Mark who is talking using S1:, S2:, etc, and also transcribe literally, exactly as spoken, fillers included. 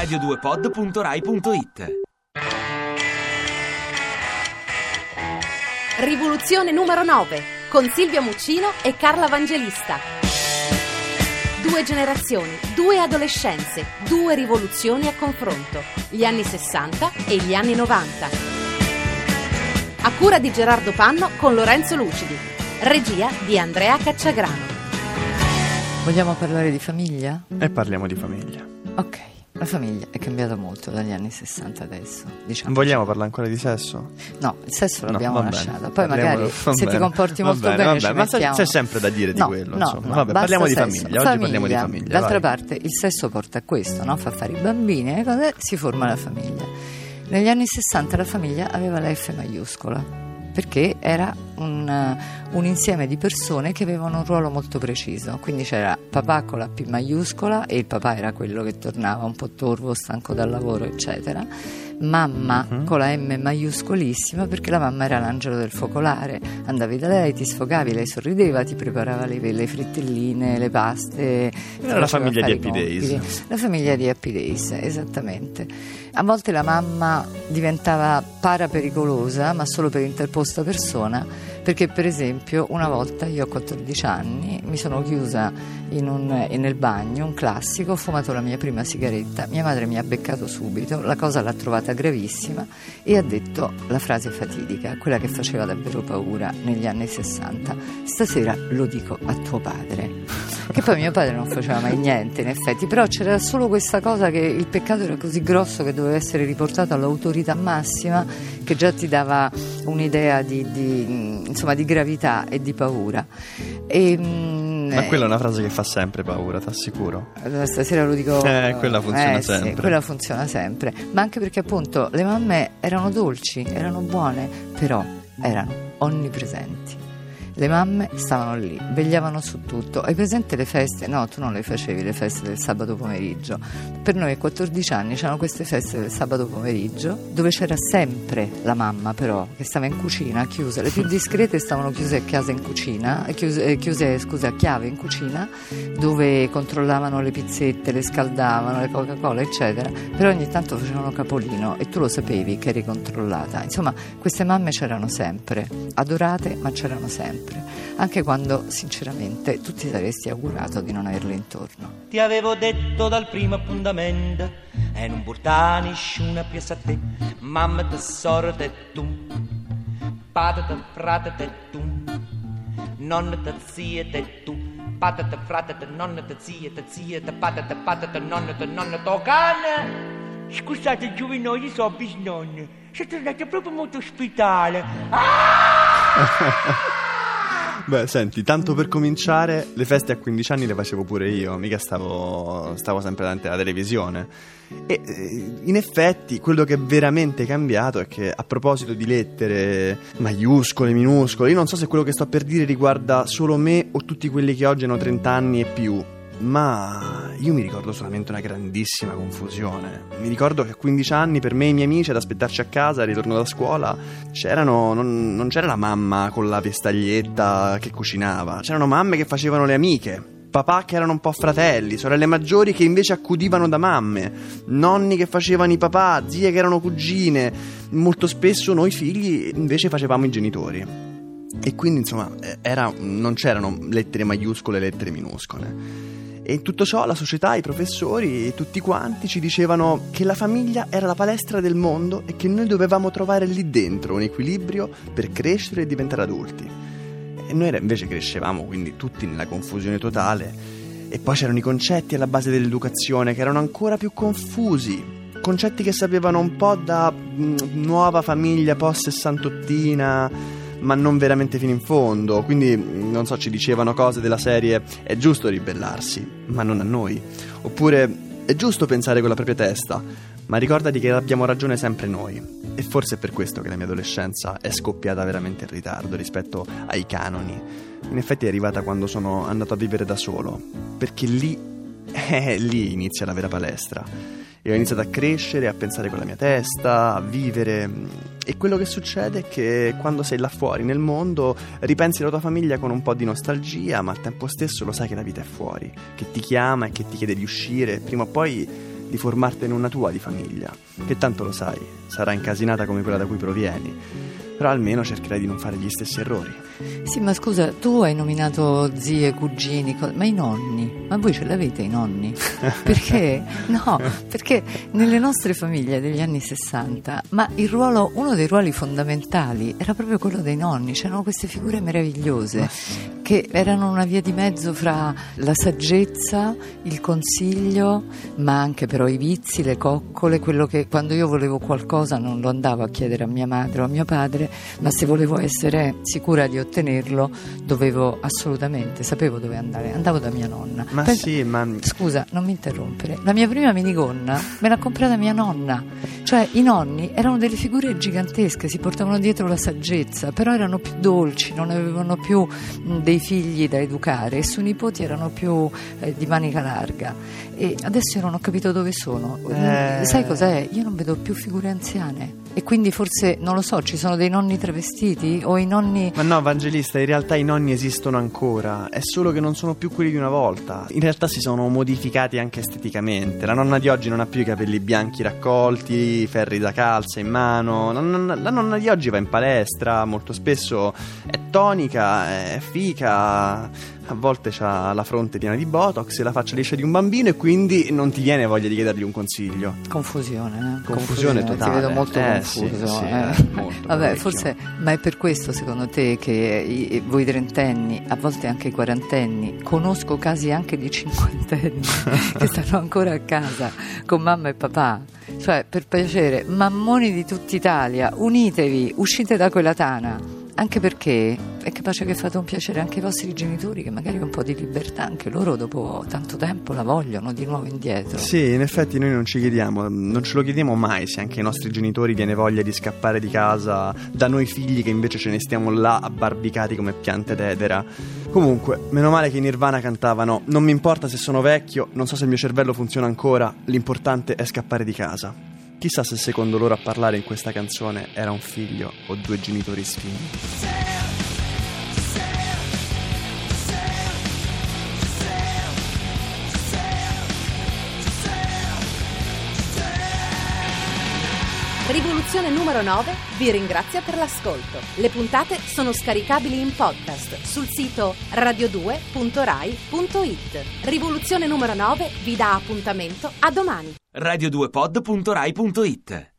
S1: radio due pod punto rai punto it.
S2: Rivoluzione numero nove con Silvia Muccino e Carla Vangelista. Due generazioni, due adolescenze, due rivoluzioni a confronto. Gli anni sessanta e gli anni novanta. A cura di Gerardo Panno con Lorenzo Lucidi. Regia di Andrea Cacciagrano.
S3: Vogliamo parlare di famiglia?
S4: E parliamo di famiglia.
S3: Ok, la famiglia è cambiata molto dagli anni sessanta adesso, diciamo.
S4: Vogliamo parlare ancora di sesso?
S3: No, il sesso
S4: No,
S3: l'abbiamo
S4: va
S3: lasciato.
S4: bene.
S3: Poi
S4: Parliamo-
S3: magari
S4: va
S3: se
S4: bene.
S3: ti comporti
S4: Va
S3: molto
S4: bene,
S3: bene,
S4: va
S3: ci
S4: bene, ma c'è-
S3: mettiamo.
S4: c'è sempre da dire di
S3: No,
S4: quello,
S3: no,
S4: insomma.
S3: no,
S4: Vabbè,
S3: basta
S4: parliamo di
S3: sesso.
S4: famiglia, oggi parliamo di famiglia,
S3: D'altra
S4: vai.
S3: parte il sesso porta a questo, no? Fa fare i bambini, le cose, si forma la famiglia. Negli anni sessanta la famiglia aveva la F maiuscola, perché era un, un insieme di persone che avevano un ruolo molto preciso. Quindi c'era papà con la P maiuscola, e il papà era quello che tornava un po' torvo, stanco dal lavoro, eccetera. Mamma
S4: Mhm.
S3: con la M maiuscolissima, perché la mamma era l'angelo del focolare. Andavi da lei, ti sfogavi, lei sorrideva, ti preparava le, le frittelline, le paste. ti
S4: Era la
S3: faceva
S4: famiglia
S3: fare
S4: di
S3: i
S4: Happy Days.
S3: compiti. La famiglia di Happy Days, esattamente. A volte la mamma diventava parapericolosa, ma solo per interposta persona, perché per esempio una volta, io ho quattordici anni, mi sono chiusa in un, in nel bagno, un classico, ho fumato la mia prima sigaretta, mia madre mi ha beccato subito, la cosa l'ha trovata gravissima e ha detto la frase fatidica, quella che faceva davvero paura negli anni sessanta: stasera lo dico a tuo padre. Che poi mio padre non faceva mai niente, in effetti, però c'era solo questa cosa, che il peccato era così grosso che doveva essere riportato all'autorità massima, che già ti dava un'idea di, di, insomma, di gravità e di paura. E,
S4: Ma quella è una frase che fa sempre paura, t'assicuro.
S3: allora, stasera lo dico.
S4: Eh, quella funziona
S3: eh, sì,
S4: sempre.
S3: quella funziona sempre. Ma anche perché appunto le mamme erano dolci, erano buone, però erano onnipresenti. Le mamme stavano lì, vegliavano su tutto. Hai presente le feste? No, tu non le facevi le feste del sabato pomeriggio. Per noi a quattordici anni c'erano queste feste del sabato pomeriggio, dove c'era sempre la mamma, però, che stava in cucina, chiusa. Le più discrete stavano chiuse a casa in cucina, chiuse, eh, chiuse scusa, a chiave in cucina, dove controllavano le pizzette, le scaldavano, le Coca-Cola, eccetera. Però ogni tanto facevano capolino e tu lo sapevi che eri controllata. Insomma, queste mamme c'erano sempre, adorate, ma c'erano sempre. Anche quando sinceramente tu ti saresti augurato di non averle intorno.
S5: Ti avevo detto dal primo appuntamento e non portare nessuna piazza a te. Mamma te sorte e tu, padre te frate te tu, nonna te zia te tu, padre te frate te nonna te zia te zia te padre te padre te nonna te nonna te cane. Scusate giovanosi, so bisnonno, siete tornati proprio molto ospitale.
S4: Beh, senti, tanto per cominciare, le feste a quindici anni le facevo pure io, mica stavo, stavo sempre davanti alla televisione. E eh, in effetti quello che è veramente cambiato è che, a proposito di lettere maiuscole, minuscole, io non so se quello che sto per dire riguarda solo me o tutti quelli che oggi hanno trenta anni e più, ma io mi ricordo solamente una grandissima confusione. Mi ricordo che a quindici anni per me e i miei amici ad aspettarci a casa al ritorno da scuola c'erano non, non c'era la mamma con la vestaglietta che cucinava, c'erano mamme che facevano le amiche, papà che erano un po' fratelli, sorelle maggiori che invece accudivano da mamme, nonni che facevano i papà, zie che erano cugine. Molto spesso noi figli invece facevamo i genitori. E quindi insomma era, non c'erano lettere maiuscole e lettere minuscole. E in tutto ciò la società, i professori, tutti quanti ci dicevano che la famiglia era la palestra del mondo e che noi dovevamo trovare lì dentro un equilibrio per crescere e diventare adulti. E noi invece crescevamo quindi tutti nella confusione totale. E poi c'erano i concetti alla base dell'educazione che erano ancora più confusi. Concetti che sapevano un po' da mh, nuova famiglia post-sessantottina, ma non veramente fino in fondo. Quindi, non so, ci dicevano cose della serie: è giusto ribellarsi, ma non a noi. Oppure, è giusto pensare con la propria testa, ma ricordati che abbiamo ragione sempre noi. E forse è per questo che la mia adolescenza è scoppiata veramente in ritardo rispetto ai canoni. In effetti è arrivata quando sono andato a vivere da solo, perché lì, eh, lì inizia la vera palestra. E ho iniziato a crescere, a pensare con la mia testa, a vivere. E quello che succede è che quando sei là fuori nel mondo ripensi alla tua famiglia con un po' di nostalgia, ma al tempo stesso lo sai che la vita è fuori, che ti chiama e che ti chiede di uscire. Prima o poi di formartene una tua di famiglia, che tanto lo sai, sarà incasinata come quella da cui provieni, però almeno cercherai di non fare gli stessi errori.
S3: Sì, ma scusa, tu hai nominato zie, cugini, co- ma i nonni? Ma voi ce l'avete i nonni? Perché? No, perché nelle nostre famiglie degli anni sessanta, ma il ruolo, uno dei ruoli fondamentali era proprio quello dei nonni. C'erano queste figure meravigliose che erano una via di mezzo fra la saggezza, il consiglio, ma anche però i vizi, le coccole, quello che quando io volevo qualcosa non lo andavo a chiedere a mia madre o a mio padre, ma se volevo essere sicura di ottenerlo dovevo assolutamente, sapevo dove andare, andavo da mia nonna.
S4: Ma
S3: Pensa,
S4: sì, ma...
S3: Scusa, non mi interrompere, la mia prima minigonna me l'ha comprata mia nonna, cioè i nonni erano delle figure gigantesche, si portavano dietro la saggezza, però erano più dolci, non avevano più mh, dei figli da educare e sui nipoti erano più eh, di manica larga. E adesso io non ho capito dove sono.
S4: Eh...
S3: Sai cos'è? Io non vedo più figure anziane e quindi forse, non lo so, ci sono dei nonni travestiti o i nonni...
S4: Ma no, Vangelista, in realtà i nonni esistono ancora, è solo che non sono più quelli di una volta. In realtà si sono modificati anche esteticamente. La nonna di oggi non ha più i capelli bianchi raccolti, i ferri da calza in mano. La nonna, la nonna di oggi va in palestra, molto spesso è tonica, è fica, a volte ha la fronte piena di botox e la faccia liscia di un bambino, e quindi non ti viene voglia di chiedergli un consiglio.
S3: Confusione, eh?
S4: Confusione, Confusione totale.
S3: Ti vedo molto
S4: eh,
S3: confuso.
S4: Sì, sì,
S3: eh.
S4: molto,
S3: Vabbè,
S4: parecchio.
S3: forse, ma è per questo secondo te che i, voi trentenni, a volte anche i quarantenni, conosco casi anche di cinquantenni che stanno ancora a casa con mamma e papà, cioè per piacere, mammoni di tutta Italia, unitevi, uscite da quella tana. Anche perché è capace che fate un piacere anche ai vostri genitori, che magari un po' di libertà anche loro dopo tanto tempo la vogliono di nuovo indietro.
S4: Sì, in effetti noi non ci chiediamo, non ce lo chiediamo mai se anche ai nostri genitori viene voglia di scappare di casa da noi figli che invece ce ne stiamo là abbarbicati come piante d'edera. Comunque, meno male che i Nirvana cantavano: non mi importa se sono vecchio, non so se il mio cervello funziona ancora, l'importante è scappare di casa. Chissà se secondo loro a parlare in questa canzone era un figlio o due genitori sfighi.
S2: Rivoluzione numero nove vi ringrazia per l'ascolto. Le puntate sono scaricabili in podcast sul sito radio due punto rai punto it. Rivoluzione numero nove vi dà appuntamento a domani.
S1: radio due pod punto rai punto it